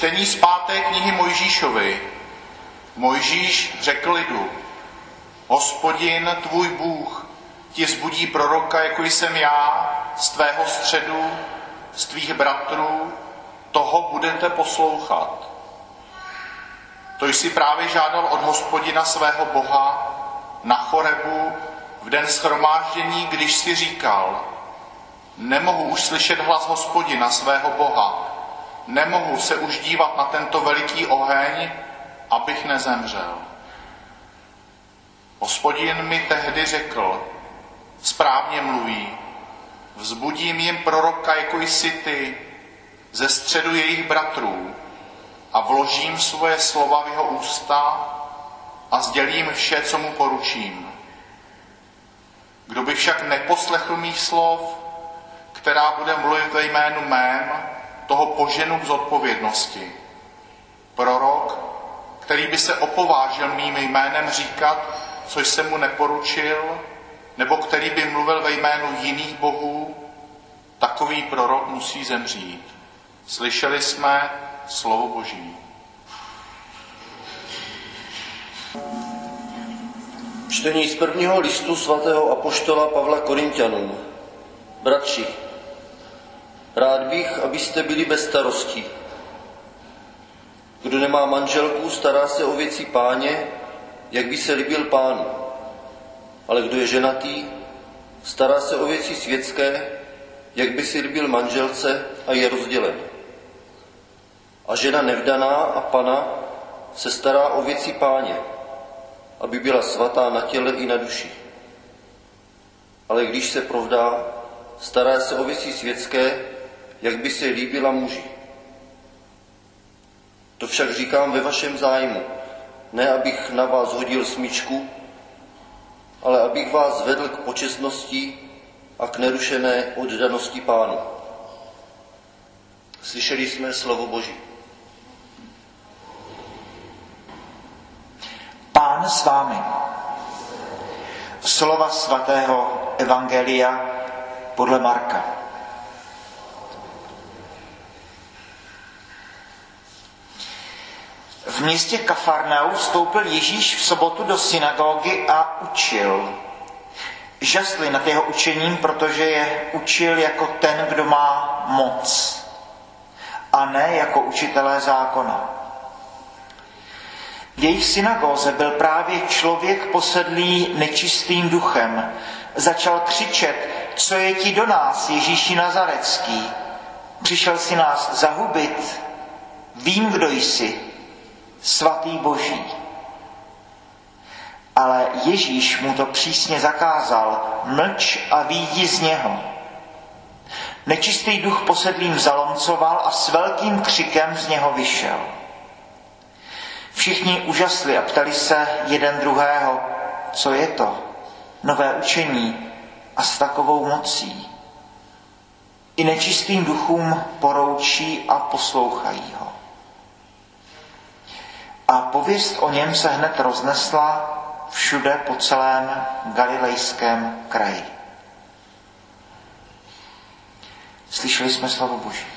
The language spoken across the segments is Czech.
Čtení z 5. knihy Mojžíšovi. Mojžíš řekl lidu: Hospodin, tvůj Bůh, ti vzbudí proroka, jako jsem já, z tvého středu, z tvých bratrů, toho budete poslouchat. To jsi právě žádal od Hospodina svého Boha na Chorebu v den shromáždění, když jsi říkal: nemohu už slyšet hlas Hospodina svého Boha, nemohu se už dívat na tento veliký oheň, abych nezemřel. Hospodin mi tehdy řekl: správně mluví, vzbudím jim proroka, jako jsi ty, ze středu jejich bratrů, a vložím svoje slova v jeho ústa a sdělím vše, co mu poručím. Kdo by však neposlechl mých slov, která bude mluvit ve jménu mém, toho poženu k zodpovědnosti. Prorok, který by se opovážil mým jménem říkat, co jsem mu neporučil, nebo který by mluvil ve jménu jiných bohů, takový prorok musí zemřít. Slyšeli jsme slovo Boží. Čtení z prvního listu svatého apoštola Pavla Korinťanům. Bratři, rád bych, abyste byli bez starostí. Kdo nemá manželku, stará se o věci Páně, jak by se líbil Pánu. Ale kdo je ženatý, stará se o věci světské, jak by si líbil manželce, a je rozdělen. A žena nevdaná a pana se stará o věci Páně, aby byla svatá na těle i na duši. Ale když se provdá, stará se o věci světské, jak by se líbila muži. To však říkám ve vašem zájmu, ne abych na vás hodil smyčku, ale abych vás vedl k počestnosti a k nerušené oddanosti Pánu. Slyšeli jsme slovo Boží. Pán s vámi. Slova svatého Evangelia podle Marka. V městě Kafarnaum vstoupil Ježíš v sobotu do synagogy a učil. Žasli nad jeho učením, protože je učil jako ten, kdo má moc, a ne jako učitelé zákona. V jejich synagóze byl právě člověk posedlý nečistým duchem. Začal křičet: co je ti do nás, Ježíši Nazarecký? Přišel si nás zahubit? Vím, kdo jsi, svatý Boží. Ale Ježíš mu to přísně zakázal: mlč a vyjdi z něho. Nečistý duch posedlým zalomcoval a s velkým křikem z něho vyšel. Všichni úžasli a ptali se jeden druhého: co je to? Nové učení a s takovou mocí. I nečistým duchům poroučí a poslouchají ho. A pověst o něm se hned roznesla všude po celém galilejském kraji. Slyšeli jsme slovo Boží.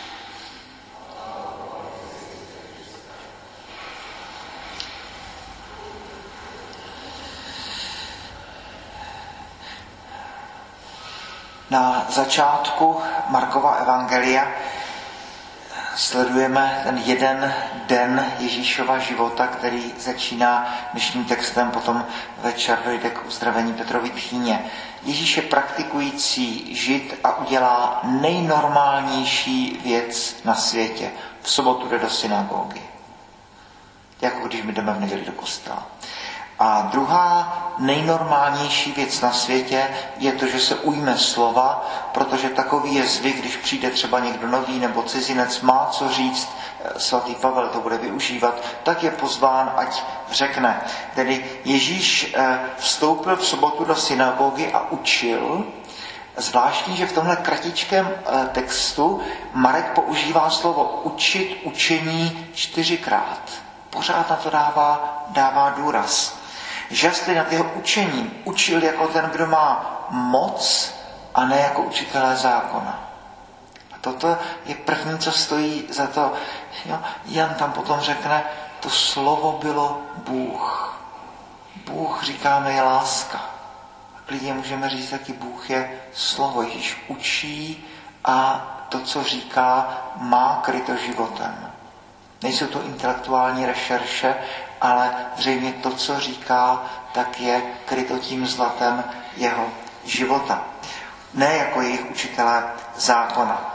Na začátku Markova evangelia sledujeme ten jeden den Ježíšova života, který začíná dnešním textem, potom večer dojde k uzdravení Petrovy tchýně. Ježíš je praktikující žid a udělá nejnormálnější věc na světě. V sobotu jde do synagogy. Jako když my jdeme v neděli do kostela. A druhá nejnormálnější věc na světě je to, že se ujme slova, protože takový je zvyk, když přijde třeba někdo nový nebo cizinec, má co říct, svatý Pavel to bude využívat, tak je pozván, ať řekne. Tedy Ježíš vstoupil v sobotu do synagogy a učil. Zvláštní, že v tomhle kratičkém textu Marek používá slovo učit, učení 4krát. Pořád na to dává důraz. Žasli nad jeho učením, učil jako ten, kdo má moc, a ne jako učitelé zákona. Toto je první, co stojí za to. Jo? Jan tam potom řekne, to slovo bylo Bůh. Bůh, říkáme, je láska. A klidně můžeme říct, taky Bůh je slovo. Ježíš učí a to, co říká, má kryto životem. Nejsou to intelektuální rešerše, ale zřejmě to, co říká, tak je kryto tím zlatem jeho života. Ne jako jejich učitelé zákona.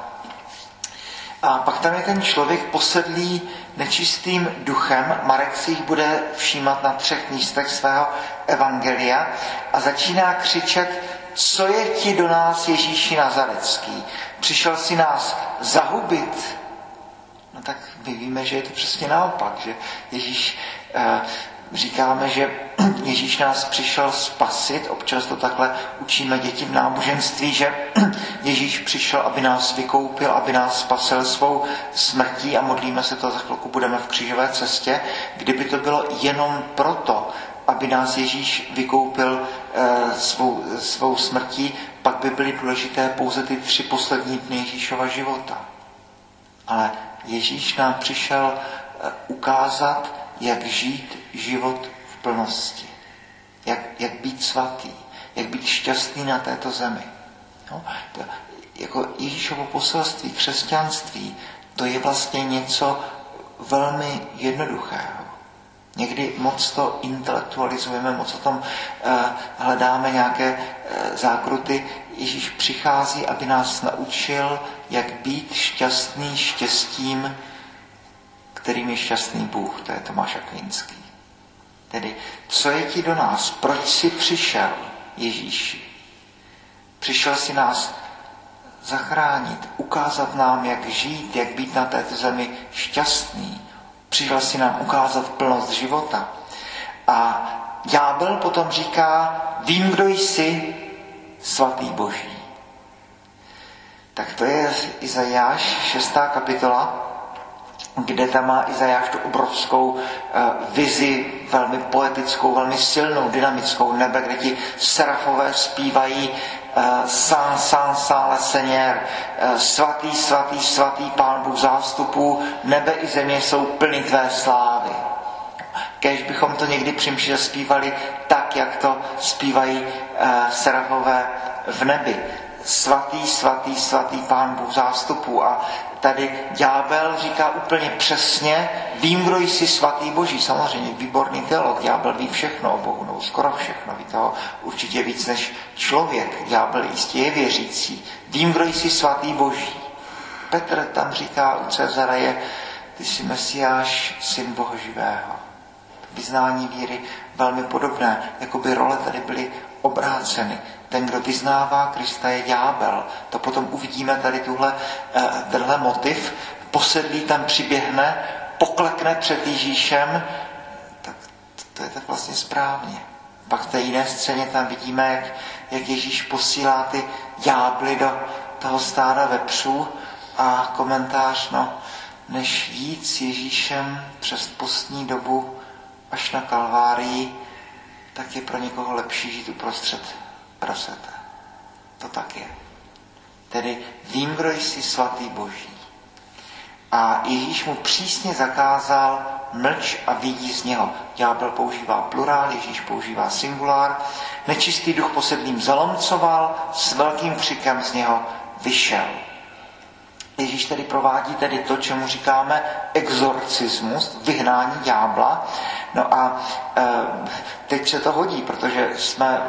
A pak tam je ten člověk posedlý nečistým duchem. Marek si jich bude všímat na 3 místech svého evangelia a začíná křičet, co je ti do nás, Ježíši Nazarecký? Přišel si nás zahubit? No tak my víme, že je to přesně naopak, že Ježíš, říkáme, že Ježíš nás přišel spasit, občas to takhle učíme děti v náboženství, že Ježíš přišel, aby nás vykoupil, aby nás spasil svou smrtí a modlíme se to, za chvilku budeme v křížové cestě. Kdyby to bylo jenom proto, aby nás Ježíš vykoupil svou smrtí, pak by byly důležité pouze ty 3 poslední dny Ježíšova života. Ale Ježíš nám přišel ukázat, jak žít život v plnosti. Jak být svatý, jak být šťastný na této zemi. No, jako Ježíšovo poselství, křesťanství, to je vlastně něco velmi jednoduchého. Někdy moc to intelektualizujeme, moc o tom hledáme nějaké zákruty. Ježíš přichází, aby nás naučil, jak být šťastný štěstím, kterým je šťastný Bůh. To je Tomáš Akvinský. Tedy, co je ti do nás? Proč jsi přišel, Ježíši? Přišel si nás zachránit, ukázat nám, jak žít, jak být na této zemi šťastný. Přišel si nám ukázat plnost života. A ďábel potom říká, vím, kdo jsi, svatý Boží. Tak to je Izajáš, 6. kapitola, kde tam má Izajáš tu obrovskou vizi, velmi poetickou, velmi silnou, dynamickou nebe, kde ti serafové zpívají Sán, sán, sále Seigneur, svatý, svatý, svatý Pán Bůh zástupů, nebe i země jsou plný tvé slávy. Kéž bychom to někdy při mši zpívali tak, jak to zpívají serafové v nebi. Svatý, svatý, svatý Pán Bůh zástupů. A tady ďábel říká úplně přesně, vím, kdo jsi, svatý Boží. Samozřejmě výborný teolog, ďábel ví všechno o Bohu, no skoro všechno, ví toho určitě víc než člověk. Ďábel jistě je věřící. Vím, kdo jsi, svatý Boží. Petr tam říká u Cezareje, ty jsi Mesiáš, syn Boha živého. Vyznání víry velmi podobné, jako by role tady byly obráceny. Ten, kdo vyznává Krista, je ďábel. To potom uvidíme tady tenhle motiv. Posedlý tam přiběhne, poklekne před Ježíšem. Tak to je tak vlastně správně. Pak v té jiné scéně tam vidíme, jak Ježíš posílá ty ďábly do toho stáda vepřů a komentář, než jít s Ježíšem přes postní dobu až na Kalvárii, tak je pro někoho lepší žít uprostřed prasete. To tak je. Tedy vím, kdo jsi, svatý Boží. A Ježíš mu přísně zakázal mlč a vidí z něho. Ďábel používá plurál, Ježíš používá singulár. Nečistý duch posedlým zalomcoval, s velkým křikem z něho vyšel. Ježíš tedy provádí tedy to, čemu říkáme exorcismus, vyhnání ďábla. No a teď se to hodí, protože jsme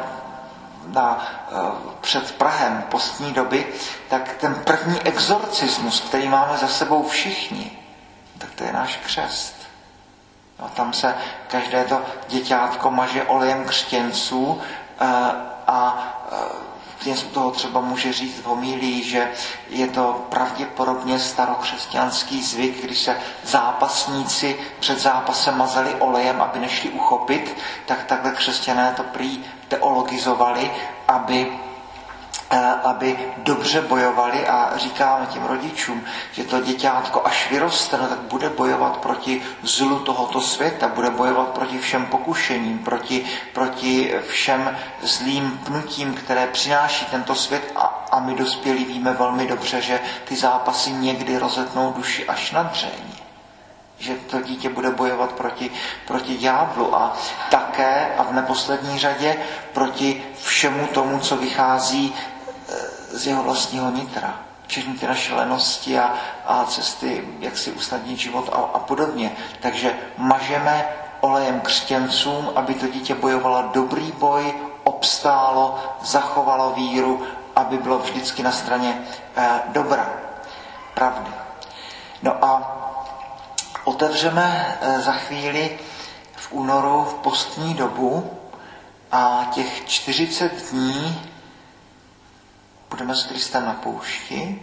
před Prahem postní doby, tak ten první exorcismus, který máme za sebou všichni, tak to je náš křest. No, tam se každé to děťátko maže olejem křtěnců a kněz u toho třeba může říct v homílii, že je to pravděpodobně starokřesťanský zvyk, když se zápasníci před zápasem mazali olejem, aby nešli uchopit, tak takhle křesťané to prý teologizovali, aby aby dobře bojovali, a říkáme těm rodičům, že to děťátko, až vyroste, no, tak bude bojovat proti zlu tohoto světa, bude bojovat proti všem pokušením, proti všem zlým pnutím, které přináší tento svět, a my dospělí víme velmi dobře, že ty zápasy někdy rozetnou duši až na dřeň. Že to dítě bude bojovat proti ďáblu a také a v neposlední řadě proti všemu tomu, co vychází z jeho vlastního nitra. Všechny ty naše lenosti a cesty, jak si usnadnit život a podobně. Takže mažeme olejem křtěncům, aby to dítě bojovalo dobrý boj, obstálo, zachovalo víru, aby bylo vždycky na straně dobra, pravdy. No a otevřeme za chvíli v únoru v postní dobu a těch 40 dní budeme s Kristem na poušti.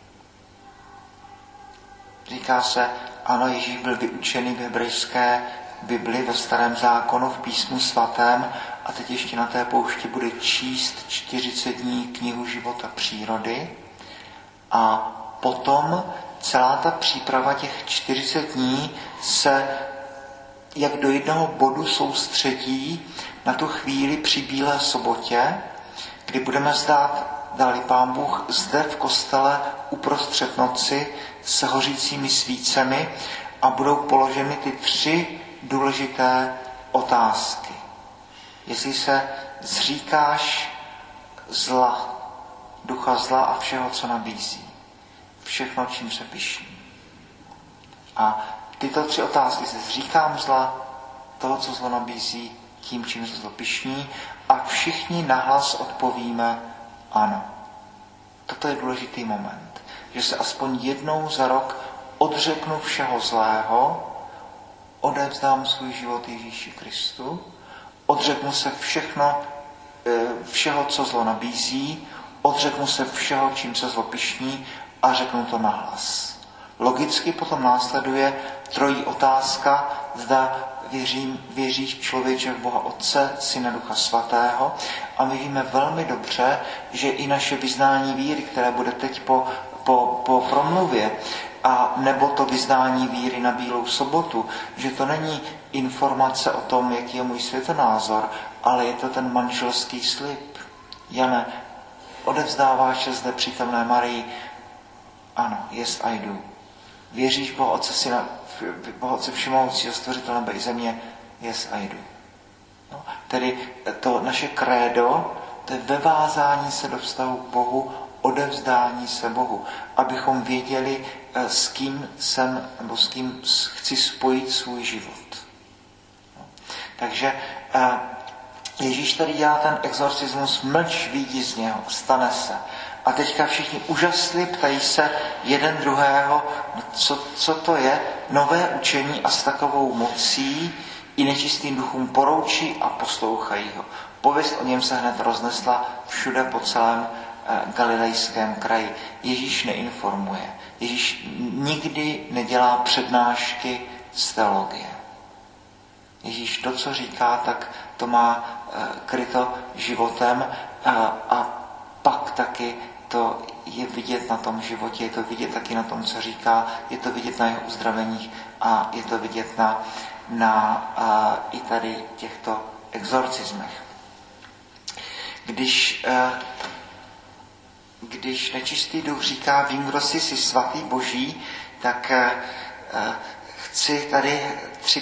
Říká se, ano, Ježíš byl vyučený v hebrejské Bibli, ve Starém zákonu, v Písmu svatém, a teď ještě na té poušti bude číst 40 dní knihu života přírody a potom celá ta příprava těch 40 dní se jak do jednoho bodu soustředí na tu chvíli při Bílé sobotě, kdy budeme zdát, dali Pán Bůh, zde v kostele uprostřed noci s hořícími svícemi a budou položeny ty 3 důležité otázky. Jestli se zříkáš zla, ducha zla a všeho, co nabízí. Všechno, čím se pyšní. A tyto 3 otázky se zříkám zla, toho, co zlo nabízí, tím, čím se zlo pyšní, a všichni nahlas odpovíme ano. Toto je důležitý moment, že se aspoň jednou za rok odřeknu všeho zlého, odevzdám svůj život Ježíši Kristu, odřeknu se všeho, co zlo nabízí, odřeknu se všeho, čím se zlo pyšní, a řeknu to nahlas. Logicky potom následuje 3. otázka, zda věříš člověče v Boha Otce, Syna, Ducha Svatého, a my víme velmi dobře, že i naše vyznání víry, které bude teď po promluvě, a nebo to vyznání víry na Bílou sobotu, že to není informace o tom, jaký je můj světonázor, ale je to ten manželský slib. Jane, odevzdáváš se zde přítomné Marii? Ano, yes I do. Věříš v Boha Otce, Syna, Boha Otce všemohoucího, stvořitele nebe i země? Yes I do. No, tedy to naše krédo, to je vevázání se do vztahu k Bohu, odevzdání se Bohu, abychom věděli, s kým jsem, nebo s kým chci spojit svůj život. No. Takže Ježíš tady dělá ten exorcismus, mlč, vyjdi z něho, stane se. A teďka všichni úžasli, ptají se jeden druhého, co to je, nové učení a s takovou mocí i nečistým duchům poroučí a poslouchají ho. Pověst o něm se hned roznesla všude po celém galilejském kraji. Ježíš neinformuje. Ježíš nikdy nedělá přednášky z teologie. Ježíš to, co říká, tak to má kryto životem a pak taky to je vidět na tom životě, je to vidět taky na tom, co říká, je to vidět na jeho uzdraveních a je to vidět na i tady těchto exorcismech. Když nečistý duch říká, vím, kdo jsi svatý Boží, tak chci tady 3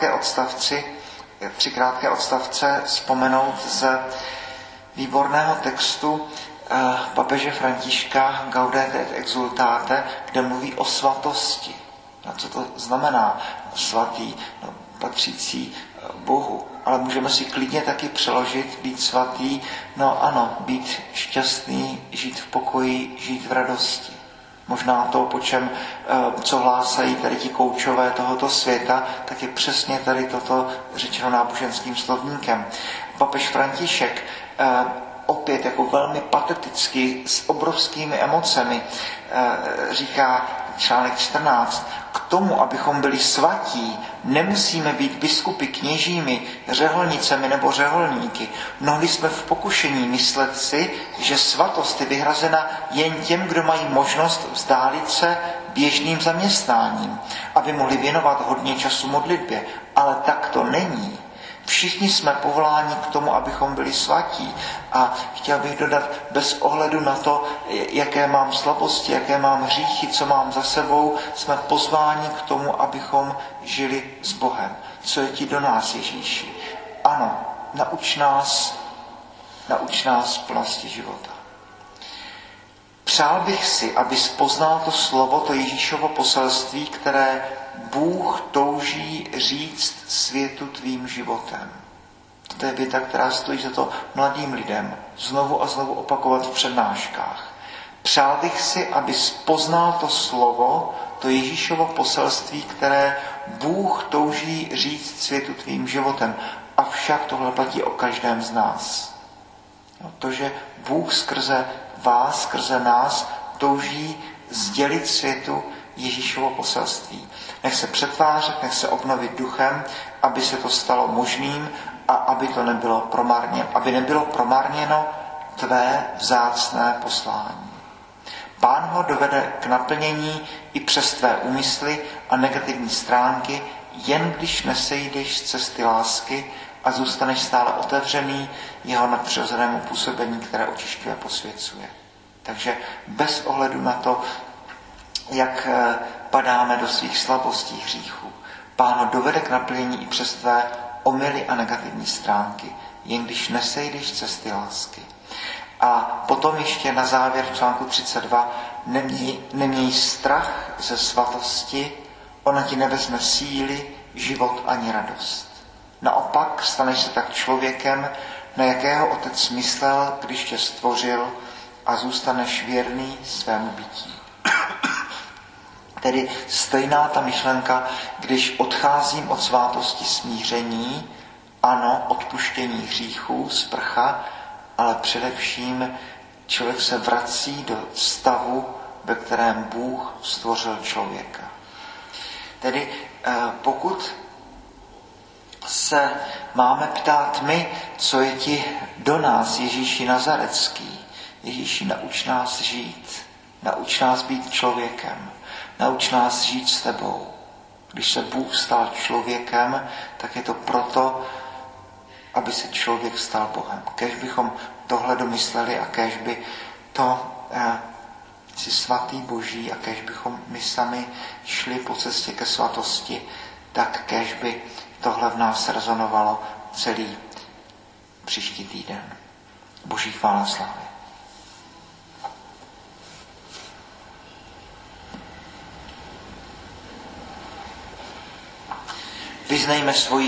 krátké odstavce vzpomenout z výborného textu papeže Františka Gaudete et Exsultate, kde mluví o svatosti. A co to znamená svatý, no, patřící Bohu. Ale můžeme si klidně taky přeložit být svatý, no ano, být šťastný, žít v pokoji, žít v radosti. Možná to, co hlásají tady ti koučové tohoto světa, tak je přesně tady toto řečeno náboženským slovníkem. Papež František opět jako velmi pateticky, s obrovskými emocemi říká, článek 14, k tomu, abychom byli svatí, nemusíme být biskupy, kněžími, řeholnicemi nebo řeholníky. Mnohdy jsme v pokušení myslet si, že svatost je vyhrazena jen těm, kdo mají možnost vzdálit se běžným zaměstnáním, aby mohli věnovat hodně času modlitbě. Ale tak to není. Všichni jsme povoláni k tomu, abychom byli svatí. A chtěl bych dodat, bez ohledu na to, jaké mám slabosti, jaké mám hříchy, co mám za sebou, jsme pozváni k tomu, abychom žili s Bohem. Co je ti do nás, Ježíši? Ano, nauč nás plnosti života. Přál bych si, abys poznal to slovo, to Ježíšovo poselství, které Bůh touží říct světu tvým životem. To je věta, která stojí za to mladým lidem znovu a znovu opakovat v přednáškách. Přál bych si, abys poznal to slovo, to Ježíšovo poselství, které Bůh touží říct světu tvým životem. Avšak tohle platí o každém z nás. To, že Bůh skrze vás, skrze nás touží sdělit světu Ježíšovo poselství. Nech se přetvářet, nech se obnovit duchem, aby se to stalo možným a aby nebylo promarněno tvé vzácné poslání. Pán ho dovede k naplnění i přes tvé úmysly a negativní stránky, jen když nesejdeš z cesty lásky a zůstaneš stále otevřený jeho nadpřirozenému působení, které očišťuje a posvěcuje. Takže bez ohledu na to, jak padáme do svých slabostí, hříchů, Pán ho dovede k naplnění i přes tvé omyly a negativní stránky, jen když nesejdeš z cesty lásky. A potom ještě na závěr v článku 32, neměj strach ze svatosti, ona ti nevezme síly, život ani radost. Naopak staneš se tak člověkem, na jakého Otec myslel, když tě stvořil, a zůstaneš věrný svému bytí. Tedy stejná ta myšlenka, když odcházím od svátosti smíření, ano, odpuštění hříchů, sprcha, ale především člověk se vrací do stavu, ve kterém Bůh stvořil člověka. Tedy pokud se máme ptát my, co je ti do nás, Ježíši Nazarecký, Ježíši, nauč nás žít, nauč nás být člověkem, nauč nás žít s tebou. Když se Bůh stal člověkem, tak je to proto, aby se člověk stal Bohem. Kéž bychom tohle domysleli a kéž by to si svatý Boží a kéž bychom my sami šli po cestě ke svatosti, tak kéž by tohle v nás rezonovalo celý příští týden. Boží chvála, slávy. Vyznejme svoji